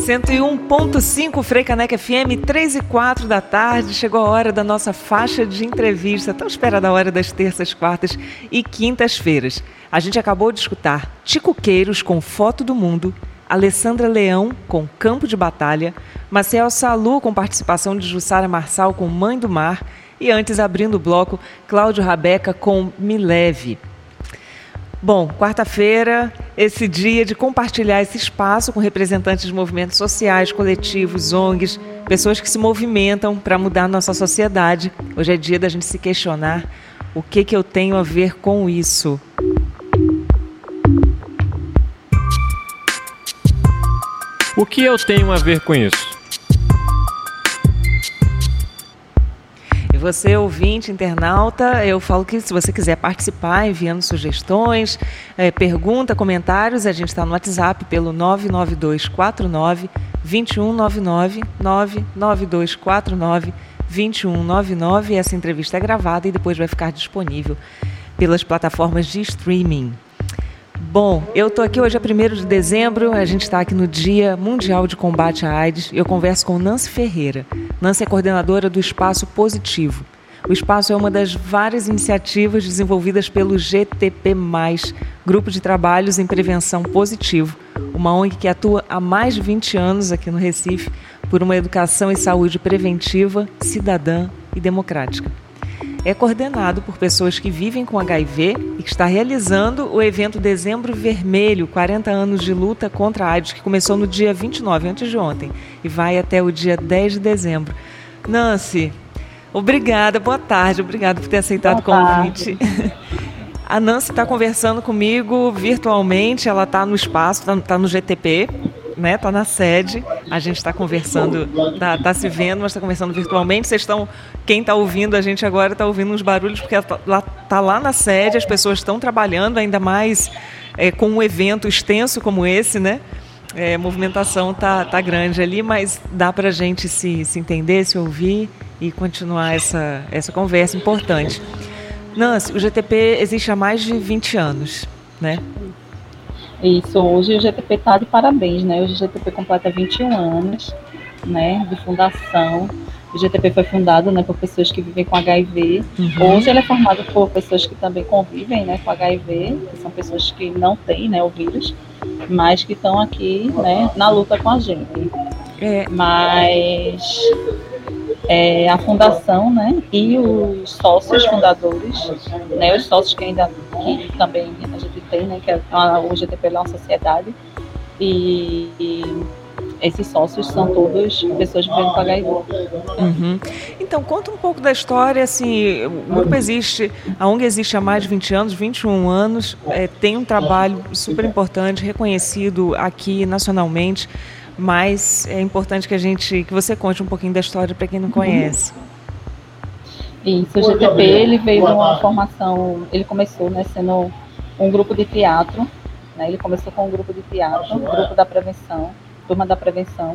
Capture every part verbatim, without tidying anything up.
cento e um ponto cinco Freicaneca F M, três e quatro da tarde. Chegou a hora da nossa faixa de entrevista, tão esperada a hora das terças, quartas e quintas-feiras. A gente acabou de escutar Tico Queiros com Foto do Mundo, Alessandra Leão com Campo de Batalha, Maciel Salu com participação de Jussara Marçal com Mãe do Mar e antes, abrindo o bloco, Cláudio Rabeca com Me Leve. Bom, quarta-feira, esse dia de compartilhar esse espaço com representantes de movimentos sociais, coletivos, O N Gs, pessoas que se movimentam para mudar a nossa sociedade. Hoje é dia da gente se questionar o que, que eu tenho a ver com isso. O que eu tenho a ver com isso? Você, ouvinte, internauta, eu falo que se você quiser participar, enviando sugestões, é, pergunta, comentários, a gente está no WhatsApp pelo nove nove dois quatro nove, dois um nove nove, nove nove dois quatro nove, dois um nove nove. Essa entrevista é gravada e depois vai ficar disponível pelas plataformas de streaming. Bom, eu estou aqui hoje é primeiro de dezembro, a gente está aqui no Dia Mundial de Combate à AIDS. Eu converso com Nancy Ferreira. Nancy é coordenadora do Espaço Positivo. O Espaço é uma das várias iniciativas desenvolvidas pelo G T P mais, Grupo de Trabalhos em Prevenção Positivo, uma O N G que atua há mais de vinte anos aqui no Recife por uma educação e saúde preventiva, cidadã e democrática. É coordenado por pessoas que vivem com H I V e que está realizando o evento Dezembro Vermelho, quarenta anos de luta contra a AIDS, que começou no dia vinte e nove, antes de ontem, e vai até o dia dez de dezembro. Nancy, obrigada, boa tarde, obrigada por ter aceitado o convite. A Nancy está conversando comigo virtualmente, ela está no espaço, está tá no G T P, né? Está na sede, a gente está conversando, está tá se vendo, mas está conversando virtualmente. Vocês estão, quem está ouvindo a gente agora está ouvindo uns barulhos, porque ela está lá, tá lá na sede, as pessoas estão trabalhando, ainda mais é, com um evento extenso como esse, né? É, a movimentação está tá grande ali, mas dá para a gente se, se entender, se ouvir e continuar essa, essa conversa importante. Nancy, o G T P existe há mais de vinte anos, né? Isso, hoje o G T P está de parabéns, né? Hoje o G T P completa vinte e um anos, né, de fundação. O G T P foi fundado, né, por pessoas que vivem com H I V. Uhum. Hoje ele é formado por pessoas que também convivem, né, com H I V, que são pessoas que não têm, né, o vírus, mas que estão aqui, né, na luta com a gente. É. Mas é, a fundação, né, e os sócios fundadores, né, os sócios que ainda que também a gente tem, né, que é a, o G T P é uma sociedade, e, e esses sócios são todos pessoas vivendo com H I V. Uhum. Então, conta um pouco da história, assim, o grupo existe, a O N G existe há mais de vinte anos, vinte e um anos, é, tem um trabalho super importante, reconhecido aqui nacionalmente, mas é importante que a gente, que você conte um pouquinho da história para quem não conhece. Isso, o G T P, ele veio de uma formação, ele começou, né, sendo um grupo de teatro, né, ele começou com um grupo de teatro, grupo da prevenção, turma da prevenção,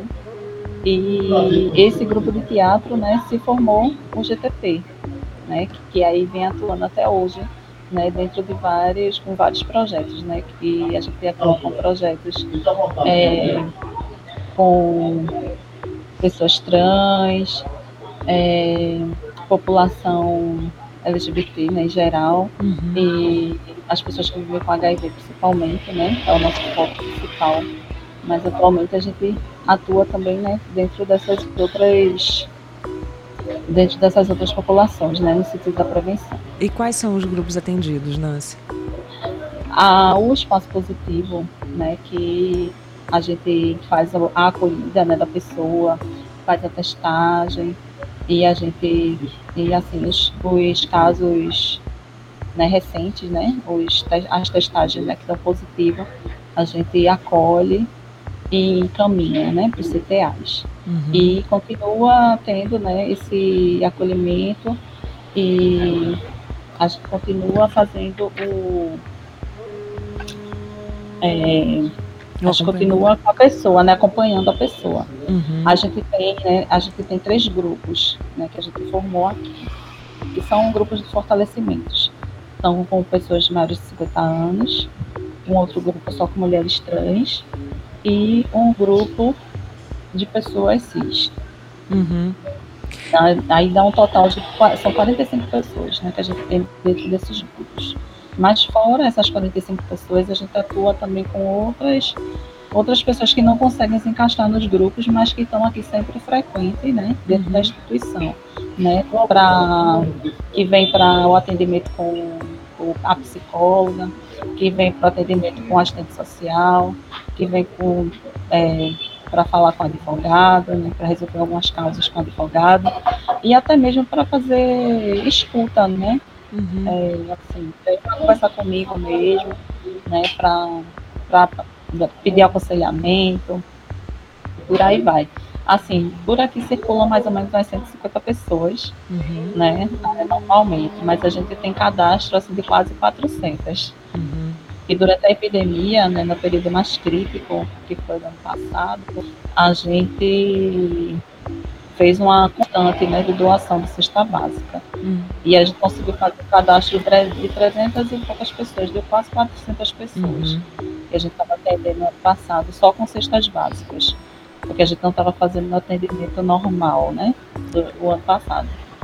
e esse grupo de teatro, né, se formou o G T P, né, que, que aí vem atuando até hoje, né, dentro de vários, com vários projetos, né, que a gente atua com projetos é, com pessoas trans, é, população L G B T, né, em geral, uhum. E as pessoas que vivem com H I V principalmente, né, é o nosso foco principal, mas atualmente a gente atua também, né, dentro dessas outras dentro dessas outras populações, né, no sentido da prevenção. E quais são os grupos atendidos, Nancy? Ah, o Espaço Positivo, né, que a gente faz a acolhida, né, da pessoa, faz a testagem, e a gente, e assim, os, os casos, né, recentes, né, os, as testagens, né, que são positivas, a gente acolhe e encaminha, né, para os C T As. Uhum. E continua tendo, né, esse acolhimento e a gente continua fazendo o... É, a gente continua com a pessoa, né, acompanhando a pessoa. Uhum. A gente tem, né, a gente tem três grupos, né, que a gente formou aqui, que são grupos de fortalecimentos. Então, com pessoas maiores de cinquenta anos, um outro grupo só com mulheres trans e um grupo de pessoas cis. Uhum. Aí dá um total de, são quarenta e cinco pessoas, né, que a gente tem dentro desses grupos. Mas fora essas quarenta e cinco pessoas, a gente atua também com outras, outras pessoas que não conseguem se encaixar nos grupos, mas que estão aqui sempre frequentes, né, dentro uhum. da instituição, né, pra, que vem para o atendimento com a psicóloga, que vem para o atendimento com assistente social, que vem com... É, para falar com o advogado, né, para resolver algumas causas com o advogado, e até mesmo para fazer escuta, né? Uhum. É, assim, para conversar comigo mesmo, né, para pedir aconselhamento, por aí vai. Assim, por aqui circulam mais ou menos umas cento e cinquenta pessoas, uhum. né, normalmente, mas a gente tem cadastro assim, de quase quatrocentas. Uhum. E durante a epidemia, né, no período mais crítico, que foi no ano passado, a gente fez uma constante, né, de doação de cesta básica. Hum. E a gente conseguiu fazer um cadastro de trezentas e poucas pessoas, deu quase quatrocentas pessoas. Uhum. E a gente estava atendendo no ano passado só com cestas básicas, porque a gente não estava fazendo atendimento normal, né, do, do ano passado.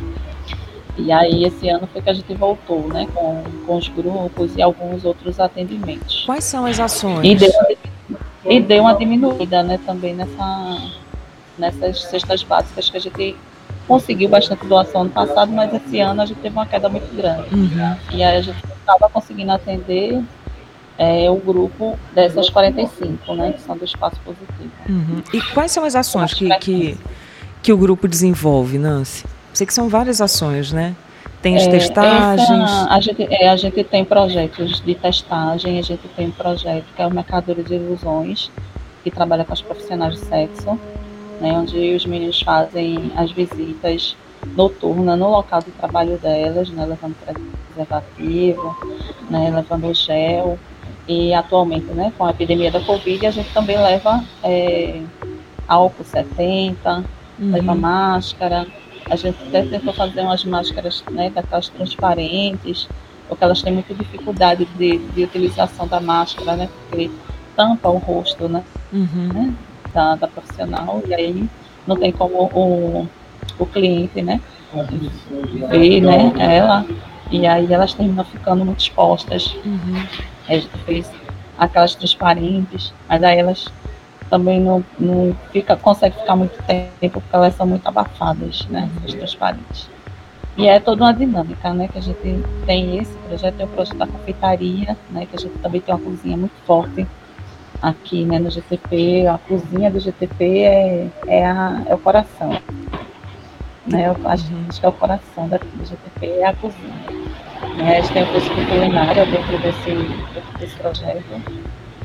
E aí, esse ano foi que a gente voltou, né, com, com os grupos e alguns outros atendimentos. Quais são as ações? E deu, e deu uma diminuída, né, também nessa, nessas cestas básicas que a gente conseguiu bastante doação ano passado, mas esse ano a gente teve uma queda muito grande. Uhum. E aí a gente estava conseguindo atender é, o grupo dessas quarenta e cinco, né, que são do espaço positivo. Uhum. E quais são as ações que, que, que o grupo desenvolve, Nancy? Sei que são várias ações, né? Tem as é, testagens. Essa, a, gente, é, a gente tem projetos de testagem, a gente tem um projeto que é o Mercadores de Ilusões, que trabalha com os profissionais de sexo, né, onde os meninos fazem as visitas noturnas no local de trabalho delas, né, levando preservativo, né, levando gel. E atualmente, né, com a epidemia da Covid, a gente também leva é, álcool setenta, uhum. leva máscara. A gente até tentou fazer umas máscaras, né, daquelas transparentes, porque elas têm muita dificuldade de, de utilização da máscara, né, porque tampa o rosto, né, uhum. né da, da profissional, e aí não tem como o, o cliente, né, ver, né, ela, e aí elas terminam ficando muito expostas. Uhum. A gente fez aquelas transparentes, mas aí elas também não, não fica, consegue ficar muito tempo, porque elas são muito abafadas, né, as transparentes. E é toda uma dinâmica, né, que a gente tem esse projeto, tem o projeto da confeitaria, né, que a gente também tem uma cozinha muito forte aqui, né, no G T P. A cozinha do G T P é, é, a, é o coração, né, eu acho, acho que é o coração da, do G T P, é a cozinha. Né, a gente tem o curso de culinária dentro desse, dentro desse projeto.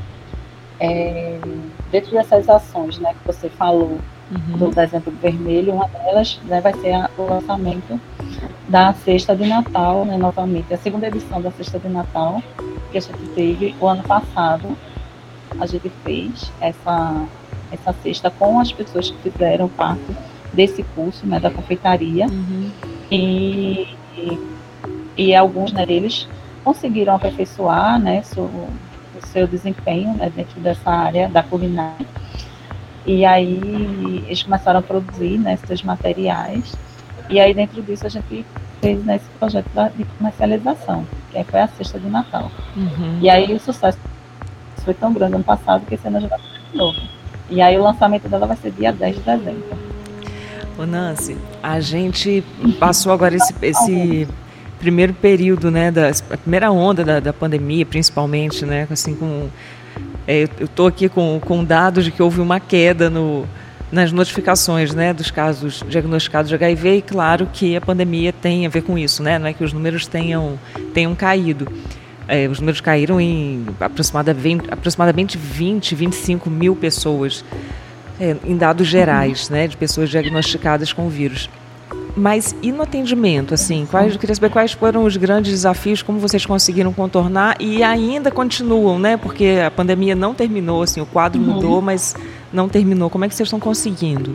É, dentro dessas ações, né, que você falou, uhum. do Dezembro Vermelho, uma delas, né, vai ser a, o lançamento da Cesta de Natal, né, novamente, a segunda edição da Cesta de Natal, que a gente teve o ano passado. A gente fez essa, essa cesta com as pessoas que fizeram parte desse curso, né, da confeitaria, uhum. e, e, e alguns, né, deles conseguiram aperfeiçoar, né, so, o seu desempenho, né, dentro dessa área da culinária. E aí eles começaram a produzir, né, esses materiais. E aí dentro disso a gente fez, né, esse projeto de comercialização, que foi a Cesta de Natal. Uhum. E aí o sucesso foi tão grande ano passado que esse ano já vai ser de novo. E aí o lançamento dela vai ser dia dez de dezembro. Ô Nancy, a gente passou agora esse... esse... primeiro período, né, da a primeira onda da, da pandemia, principalmente, né, assim, com, é, eu estou aqui com, com dados de que houve uma queda no, nas notificações, né, dos casos diagnosticados de H I V, e claro que a pandemia tem a ver com isso, né, não é que os números tenham, tenham caído. É, os números caíram em aproximadamente, aproximadamente vinte, vinte e cinco mil pessoas, é, em dados gerais, né, de pessoas diagnosticadas com o vírus. Mas e no atendimento, assim, quais, eu queria saber quais foram os grandes desafios, como vocês conseguiram contornar e ainda continuam, né? Porque a pandemia não terminou, assim, o quadro uhum. mudou, mas não terminou. Como é que vocês estão conseguindo?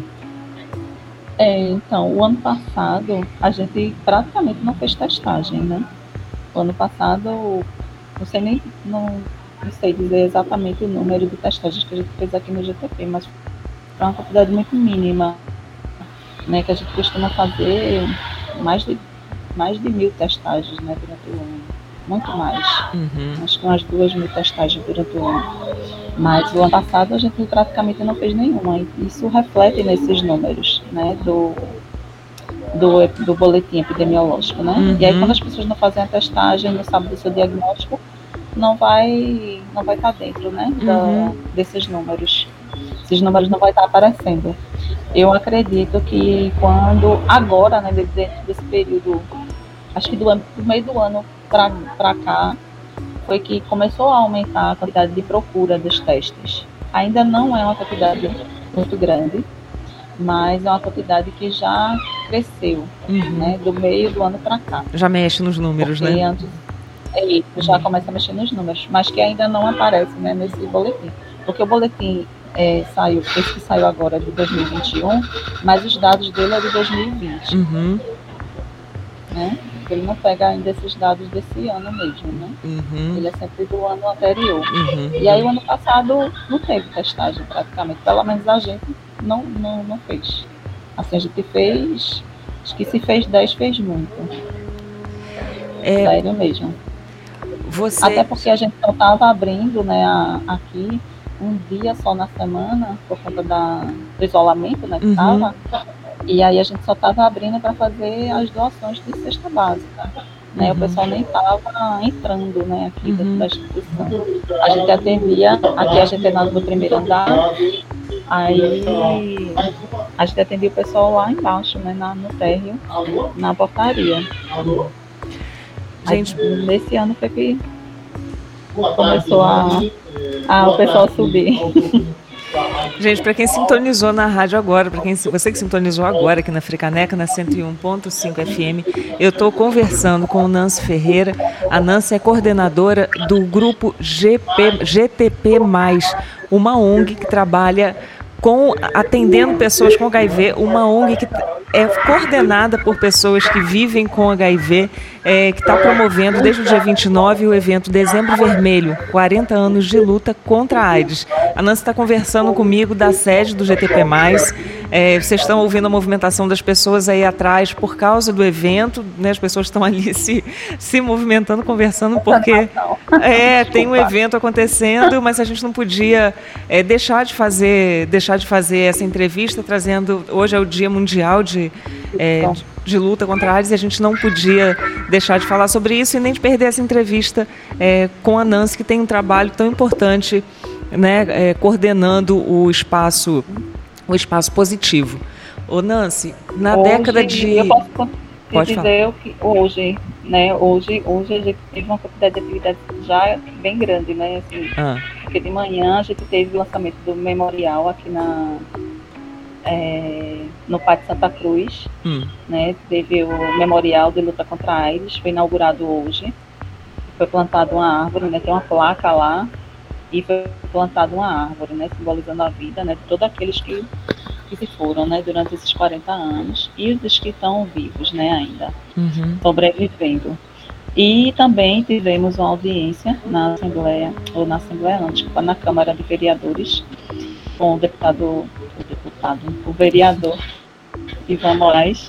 É, então, o ano passado a gente praticamente não fez testagem, né? O ano passado, não sei nem, não, não sei dizer exatamente o número de testagens que a gente fez aqui no G T P, mas para uma quantidade muito mínima, né, que a gente costuma fazer mais de, mais de mil testagens, né, durante o ano, muito mais, Uhum. acho que umas duas mil testagens durante o ano, mas o ano passado a gente praticamente não fez nenhuma, e isso reflete nesses números, né, do, do, do boletim epidemiológico, né, Uhum. E aí quando as pessoas não fazem a testagem, não sabem do seu diagnóstico, não vai, não vai estar dentro, né, da, Uhum. desses números, esses números não vai estar aparecendo. Eu acredito que quando, agora, né, dentro desse período, acho que do, ano, do meio do ano para cá, foi que começou a aumentar a quantidade de procura dos testes. Ainda não é uma quantidade muito grande, mas é uma quantidade que já cresceu, Uhum. né, do meio do ano para cá. Já mexe nos números, Porque né? Antes, é isso, já começa a mexer nos números, mas que ainda não aparece, né, nesse boletim. Porque o boletim é, saiu, esse que saiu agora de dois mil e vinte e um, mas os dados dele é de dois mil e vinte. Uhum. Né? Ele não pega ainda esses dados desse ano mesmo, né? Uhum. Ele é sempre do ano anterior. Uhum. E aí o ano passado não teve testagem praticamente, pelo menos a gente não, não, não fez. Assim, a gente fez, acho que se fez dez, fez muito. É, Sério mesmo. você... Até porque a gente só estava abrindo, né, a, aqui um dia só na semana, por conta da, do isolamento, né, que estava. Uhum. E aí a gente só estava abrindo para fazer as doações de cesta básica. Né? Uhum. O pessoal nem estava entrando, né, aqui uhum. dentro da instituição. A gente atendia, aqui a gente é no primeiro andar, aí a gente atendia o pessoal lá embaixo, né, na, no térreo, na portaria. Gente, aí, nesse ano foi que começou a, a o pessoal subir. Gente, para quem sintonizou na rádio agora, para quem você que sintonizou agora aqui na Frecaneca, na cento e um ponto cinco F M, eu estou conversando com o Nancy Ferreira. A Nancy é coordenadora do grupo G P, G T P mais, uma O N G que trabalha com, atendendo pessoas com H I V, uma O N G que é coordenada por pessoas que vivem com H I V, é, que está promovendo desde o dia vinte e nove o evento Dezembro Vermelho, quarenta anos de luta contra a AIDS. A Nancy está conversando comigo da sede do G T P mais, é, vocês estão ouvindo a movimentação das pessoas aí atrás por causa do evento, né? As pessoas estão ali se, se movimentando, conversando, porque é, tem um evento acontecendo, mas a gente não podia é, deixar de fazer, deixar de fazer essa entrevista, trazendo, hoje é o Dia Mundial de, é, de, de luta contra a AIDS, e a gente não podia deixar de falar sobre isso e nem de perder essa entrevista é, com a Nancy, que tem um trabalho tão importante, né, é, coordenando o espaço, o espaço positivo. Ô Nancy, na hoje, década de... Eu posso Pode dizer falar. que hoje, né, hoje, hoje a gente teve uma quantidade de atividades já bem grande, né, assim, ah. porque de manhã a gente teve o lançamento do memorial aqui na, é, no Pátio Santa Cruz, hum. né, teve o memorial de luta contra a AIDS, foi inaugurado hoje, foi plantada uma árvore, né, tem uma placa lá, e foi plantada uma árvore, né, simbolizando a vida, né, de todos aqueles que, que se foram, né, durante esses quarenta anos, e dos que estão vivos, né, ainda, uhum. sobrevivendo. E também tivemos uma audiência na Assembleia, ou na Assembleia não, desculpa, na Câmara de Vereadores, com o deputado, o deputado, o vereador Ivan Moraes,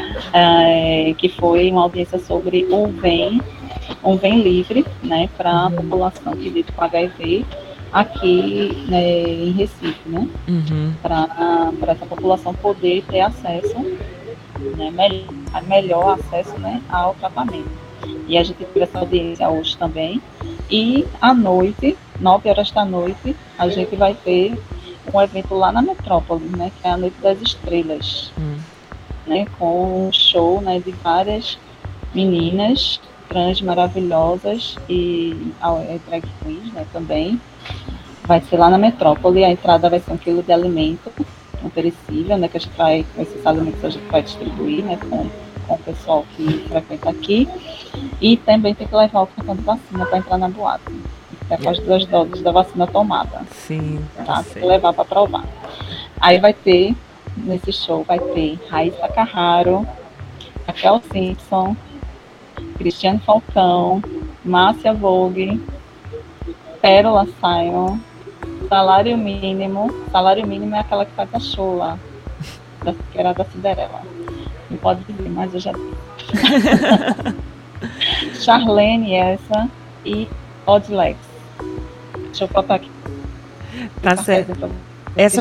é, que foi uma audiência sobre o V E M, um V E M livre, né, para a população que vive com H I V aqui, né, em Recife, né, uhum. para essa população poder ter acesso, né, melhor, melhor acesso, né, ao tratamento. E a gente teve essa audiência hoje também. E à noite, nove horas da noite, a gente vai ter um evento lá na Metrópole, né, que é a Noite das Estrelas, uhum. né, com um show, né, de várias meninas trans maravilhosas e é, drag queens, né, também. Vai ser lá na Metrópole, a entrada vai ser um quilo de alimento não perecível, né, que a gente vai, esses alimentos a gente vai distribuir, né, com, com o pessoal que frequenta aqui. E também tem que levar o cartão de vacina para entrar na boate, que com as duas doses da vacina tomada. Sim, tá? Tem que levar para provar. Aí vai ter, nesse show, vai ter Raíssa Carraro, Raquel Simpson, Cristiane Falcão, Márcia Vogue, Pérola Sion, Salário mínimo, salário mínimo é aquela que faz a show lá, da, que era da Cinderela. Não pode dizer, mas eu já disse. Charlene, essa e Odlex. Deixa eu botar aqui. Tá certo. Essa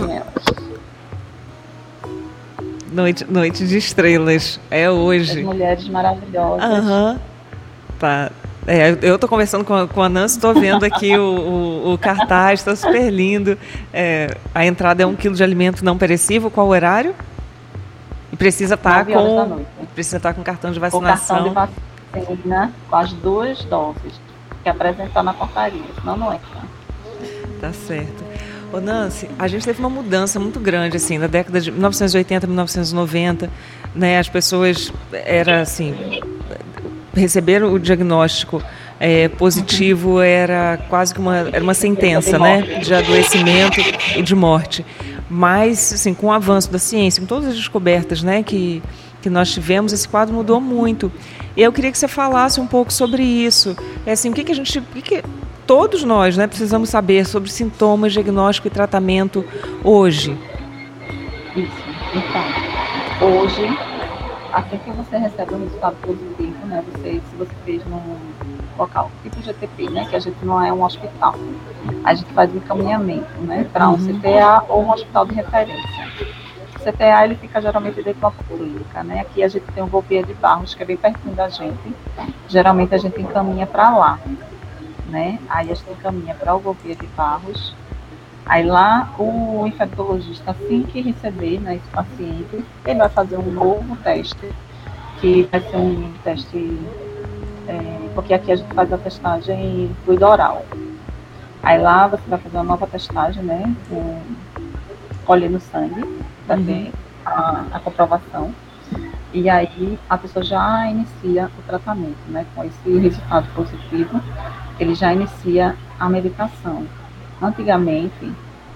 noite, noite de estrelas é hoje. As mulheres maravilhosas. Aham. Uhum. Tá. É, eu tô conversando com a, com a Nancy, tô vendo aqui o, o, o cartaz, tá super lindo. É, a entrada é um quilo de alimento não perecível. Qual o horário? E precisa estar com precisa estar com cartão de vacinação. Com cartão de vacina com as duas doses que apresentar na portaria, senão não entra. Tá certo. Ô Nancy, a gente teve uma mudança muito grande assim na década de mil novecentos e oitenta, mil novecentos e noventa, né? As pessoas era assim, receberam o diagnóstico é, positivo, era quase que uma, era uma sentença, né, de adoecimento e de morte. Mas, assim, com o avanço da ciência, com todas as descobertas, né, que, que nós tivemos, esse quadro mudou muito. E eu queria que você falasse um pouco sobre isso. É assim, o que, que a gente... O que que todos nós, né, precisamos saber sobre sintomas, diagnóstico e tratamento hoje? Isso. Então, hoje... Assim que você recebe um resultado positivo, né, você, se você fez num local tipo G T P, né, que a gente não é um hospital, a gente faz um encaminhamento, né, para um uhum. C T A ou um hospital de referência. O C T A ele fica geralmente dentro de uma clínica, né, aqui a gente tem o Golpia de Barros, que é bem pertinho da gente, geralmente a gente encaminha para lá, né, aí a gente encaminha para o Golpia de Barros. Aí lá, o infectologista, assim que receber, né, esse paciente, ele vai fazer um novo teste, que vai ser um teste, é, porque aqui a gente faz a testagem fluido oral. Aí lá você vai fazer uma nova testagem, né, com, colhendo sangue, para uhum. ter a, a comprovação. E aí a pessoa já inicia o tratamento, né, com esse resultado positivo, ele já inicia a medicação. Antigamente,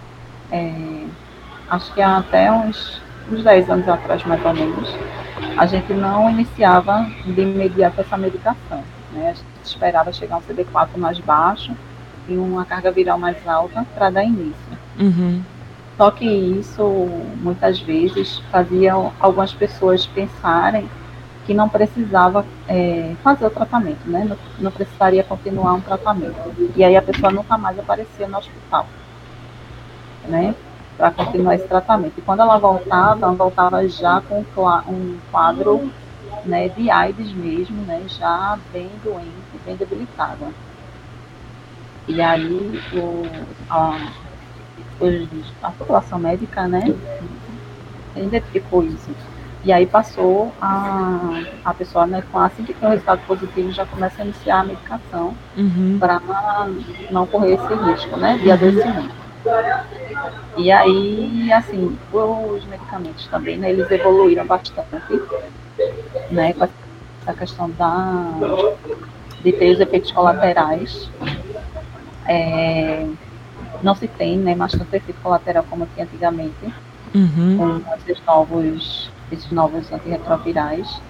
é, acho que há até uns, uns dez anos atrás, mais ou menos, a gente não iniciava de imediato essa medicação, né? A gente esperava chegar um C D quatro mais baixo e uma carga viral mais alta para dar início. Uhum. Só que isso, muitas vezes, fazia algumas pessoas pensarem que não precisava é, fazer o tratamento, né? Não, não precisaria continuar um tratamento. E aí a pessoa nunca mais aparecia no hospital, né? Para continuar esse tratamento. E quando ela voltava, ela voltava já com um quadro, né, de AIDS mesmo, né? Já bem doente, bem debilitada. E aí o, a, a população médica, né, identificou isso. E aí passou a, a pessoa, né, assim que tem um resultado positivo, já começa a iniciar a medicação uhum. para não correr esse risco, né, de adoecimento. E aí, assim, os medicamentos também, né, eles evoluíram bastante, né, com essa questão da, de ter os efeitos colaterais. É, não se tem, né, mais tanto efeito colateral como tinha antigamente, uhum. com esses novos... esses novos antirretrovirais,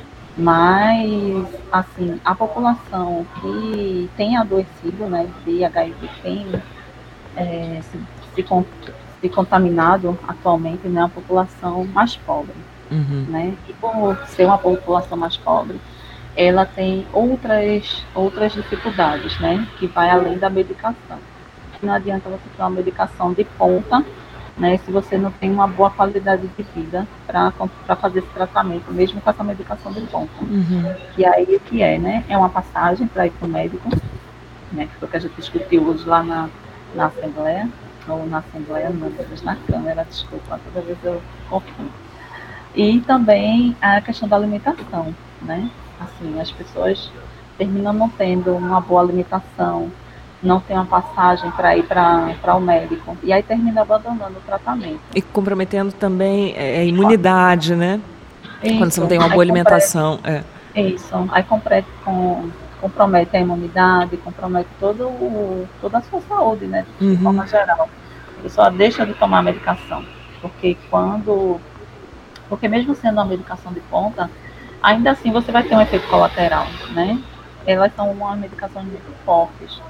mas, assim, a população que tem adoecido, né, de H I V, tem é, se, se, se contaminado atualmente, né, a população mais pobre, uhum. né, e por ser uma população mais pobre, ela tem outras, outras dificuldades, né, que vai além da medicação. Não adianta você ter uma medicação de ponta, né, se você não tem uma boa qualidade de vida para fazer esse tratamento, mesmo com essa medicação de ponta. Uhum. E aí o que é, né? É uma passagem para ir para o médico, né, que foi o que a gente discutiu hoje lá na, na Assembleia, ou na Assembleia, não, mas na Câmara, desculpa, toda vez eu confundo. E também a questão da alimentação, né? Assim, as pessoas terminam não tendo uma boa alimentação, não tem uma passagem para ir para o médico, e aí termina abandonando o tratamento. E comprometendo também é, a imunidade, né? Isso. Quando você não tem uma boa aí alimentação. Compromete, é. Isso, aí compromete, com, compromete a imunidade, compromete todo o, toda a sua saúde, né? De uhum. forma geral. A pessoa deixa de tomar a medicação, porque quando... Porque mesmo sendo uma medicação de ponta, ainda assim você vai ter um efeito colateral, né? Elas são uma medicações muito fortes.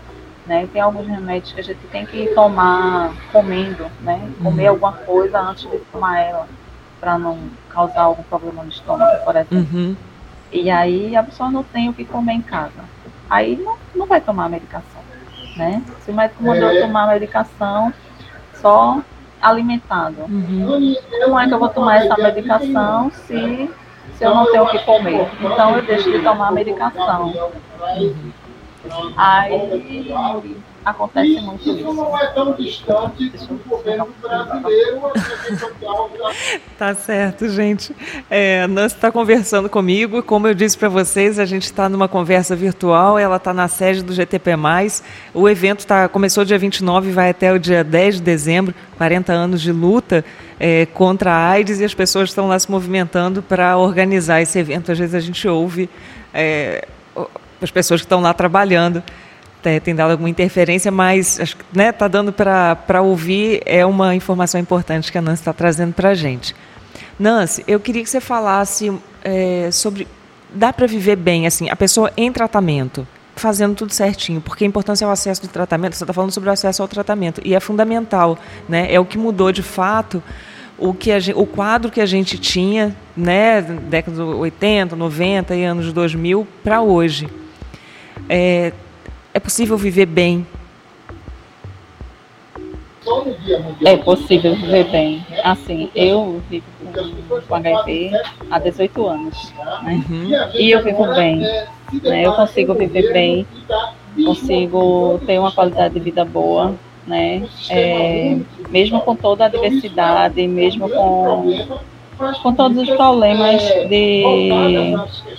né? Tem alguns remédios que a gente tem que tomar comendo, né? Comer Uhum. alguma coisa antes de tomar ela, para não causar algum problema no estômago, por exemplo. Uhum. E aí a pessoa não tem o que comer em casa. Aí não, não vai tomar a medicação, né? Se o médico mandou eu tomar a medicação só alimentado, Uhum. como é que eu vou tomar essa medicação se, se eu não tenho o que comer? Então eu deixo de tomar a medicação. Uhum. Aí acontece muito isso. Não é tão distante do governo brasileiro. Tá certo, gente. É, a Nancy está conversando comigo. Como eu disse para vocês, a gente está numa conversa virtual. Ela está na sede do G T P mais. O evento tá, começou dia vinte e nove e vai até o dia dez de dezembro. quarenta anos de luta é, contra a AIDS, e as pessoas estão lá se movimentando para organizar esse evento. Às vezes a gente ouve é, as pessoas que estão lá trabalhando. Tem dado alguma interferência, mas acho que está, né, dando para ouvir. É uma informação importante que a Nancy está trazendo para a gente. Nancy, eu queria que você falasse é, sobre... Dá para viver bem, assim, a pessoa em tratamento, fazendo tudo certinho, porque a importância é o acesso do tratamento. Você está falando sobre o acesso ao tratamento, e é fundamental, né? É o que mudou, de fato, o, que a gente, o quadro que a gente tinha, né, década de oitenta, noventa e anos dois mil, para hoje. É... É possível viver bem? É possível viver bem. Assim, eu vivo com, com H I V há dezoito anos, né? Uhum. E eu vivo bem, né? Eu consigo viver bem, consigo ter uma qualidade de vida boa, né? É, mesmo com toda a diversidade, mesmo com com todos os problemas de,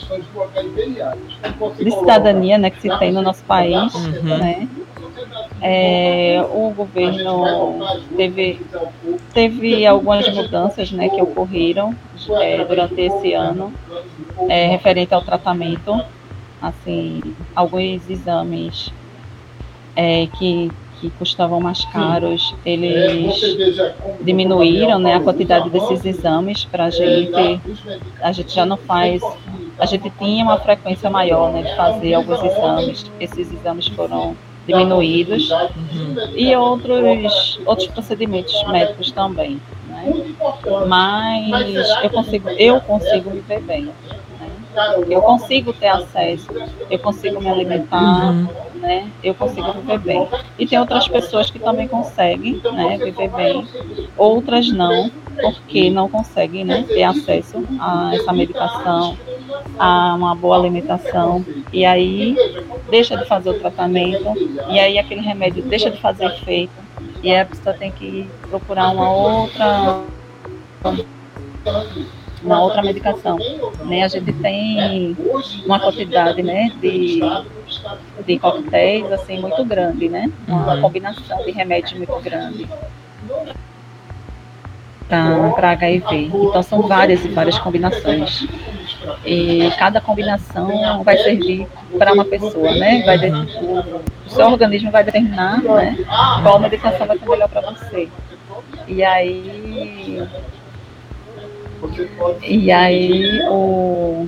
de cidadania, né, que se tem no nosso país, Uhum. né? É, o governo teve, teve algumas mudanças, né, que ocorreram é, durante esse ano, é, referente ao tratamento, assim, alguns exames é, que que custavam mais caros, eles diminuíram, né, a quantidade desses exames para a gente. A gente já não faz. A gente tinha uma frequência maior, né, de fazer alguns exames. Esses exames foram diminuídos. Uhum. E outros, outros procedimentos médicos também, né? Mas eu consigo, eu consigo viver bem. Né? Eu consigo ter acesso, eu consigo me alimentar, Uhum. né? Eu consigo viver bem. E tem outras pessoas que também conseguem, né, viver bem, outras não, porque não conseguem, né, ter acesso a essa medicação, a uma boa alimentação, e aí deixa de fazer o tratamento, e aí aquele remédio deixa de fazer efeito, e aí a pessoa tem que procurar uma outra uma outra medicação, né? A gente tem uma quantidade, né, de, de coquetéis assim muito grande, né? Uma Uhum. combinação de remédios muito grande para H I V. Então são várias e várias combinações. E cada combinação vai servir para uma pessoa, né? Vai de, o, o seu organismo vai determinar, né, qual medicação vai ser melhor para você. E aí E aí, o...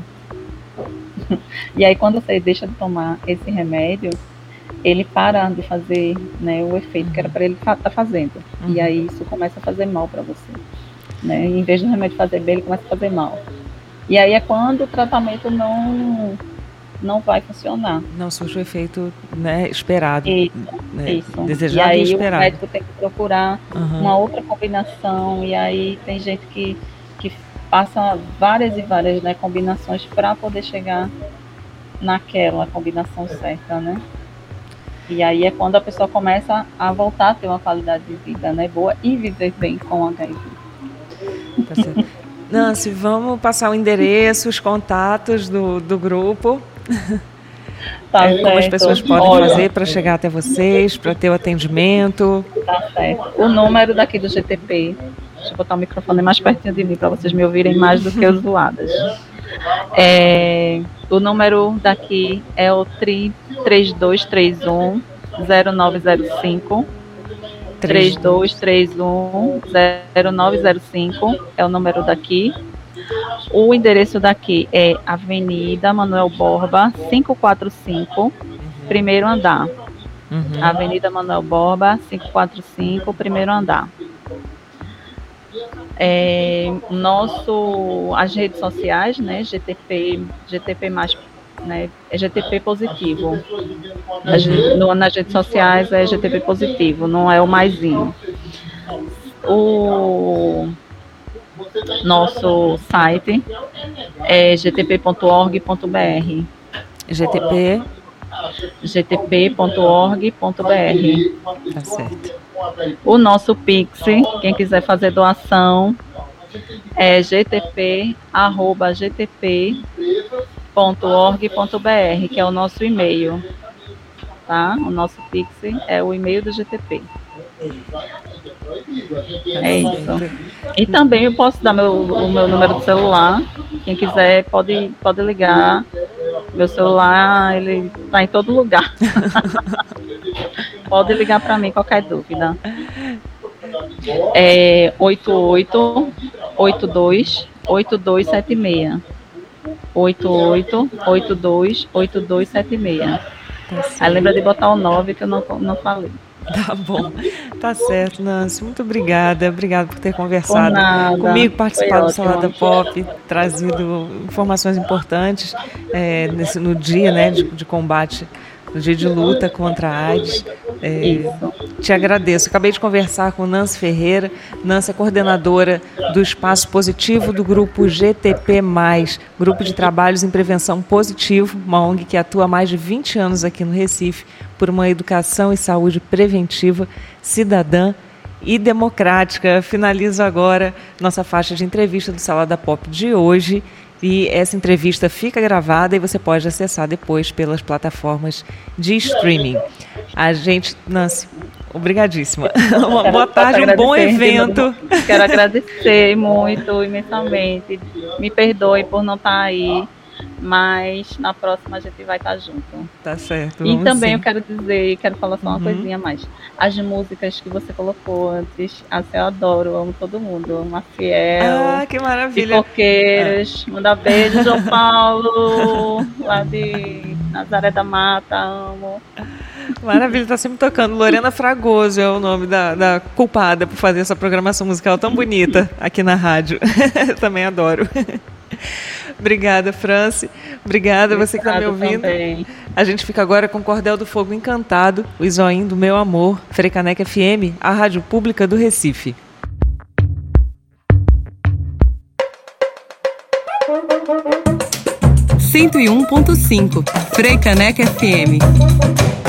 e aí, quando você deixa de tomar esse remédio, ele para de fazer, né, o efeito que era para ele estar tá fazendo. Uhum. E aí, isso começa a fazer mal para você. Né? Em vez do remédio fazer bem, ele começa a fazer mal. E aí é quando o tratamento não, não vai funcionar. Não surge o efeito, né, esperado. Isso, né, isso. Desejado e aí e esperado. O médico tem que procurar Uhum. uma outra combinação. E aí tem gente que, que passa várias e várias, né, combinações para poder chegar naquela combinação certa, né? E aí é quando a pessoa começa a voltar a ter uma qualidade de vida, né, boa e viver bem com H I V. Tá certo. Nancy, vamos passar o endereço, os contatos do, do grupo. Tá é, como as certo. pessoas podem Olha, fazer para chegar até vocês, para ter o atendimento. Tá certo. O número daqui do G T P, deixa eu botar o microfone mais pertinho de mim para vocês me ouvirem mais do que os zoadas. É, o número daqui é o tri três dois três um zero nove zero cinco. três dois três um zero nove zero cinco é o número daqui. O endereço daqui é Avenida Manuel Borba, quinhentos e quarenta e cinco, primeiro andar. Uhum. Avenida Manuel Borba, quinhentos e quarenta e cinco, primeiro andar. É, nosso, as redes sociais, né, G T P, G T P mais, né, é G T P positivo. Uhum. No, nas redes sociais é G T P positivo, não é o maisinho. O nosso site é g t p ponto org ponto b r. G T P? g t p ponto org ponto b r. Tá certo. O nosso Pix, quem quiser fazer doação, é g t p arroba g t p ponto org ponto b r, que é o nosso e-mail. Tá? O nosso Pix é o e-mail do G T P. É isso. E também eu posso dar meu, o meu número de celular. Quem quiser pode, pode ligar. Meu celular, ele está em todo lugar. Pode ligar para mim, qualquer dúvida. É oito oito oito dois oito dois sete seis. oito oito oito dois oito dois sete seis. Aí lembra de botar o nove que eu não, não falei. Tá bom, tá certo, Nancy. Muito obrigada, obrigada por ter conversado por comigo, participado do Salada Pop, trazido informações importantes é, nesse, no dia, né, de, de combate, no dia de luta contra a AIDS. É, te agradeço. Acabei de conversar com Nancy Ferreira. Nancy é coordenadora do Espaço Positivo do grupo G T P mais, Grupo de Trabalhos em Prevenção Positivo, uma O N G que atua há mais de vinte anos aqui no Recife por uma educação e saúde preventiva, cidadã e democrática. Finalizo agora nossa faixa de entrevista do Salada Pop de hoje. E essa entrevista fica gravada e você pode acessar depois pelas plataformas de streaming. A gente, Nancy, obrigadíssima. Uma quero, boa tarde, um bom evento. Quero agradecer muito, imensamente. Me perdoe por não estar aí, mas na próxima a gente vai estar junto. Tá certo. E também sim. eu quero dizer, quero falar só uma uhum. coisinha a mais. As músicas que você colocou antes, assim, eu adoro, eu amo todo mundo. Maciel. Ah, que maravilha. Pipoqueiros. Ah. Manda beijo, João Paulo, lá de Nazaré da Mata, amo. Maravilha, tá sempre tocando. Lorena Fragoso é o nome da, da culpada por fazer essa programação musical tão bonita aqui na rádio. Eu também adoro. Obrigada, Franci. Obrigada, Obrigado, você que está me ouvindo. Também. A gente fica agora com Cordel do Fogo Encantado, o Isoim do Meu Amor, Frecaneca F M, a rádio pública do Recife. cento e um ponto cinco, Frecaneca F M.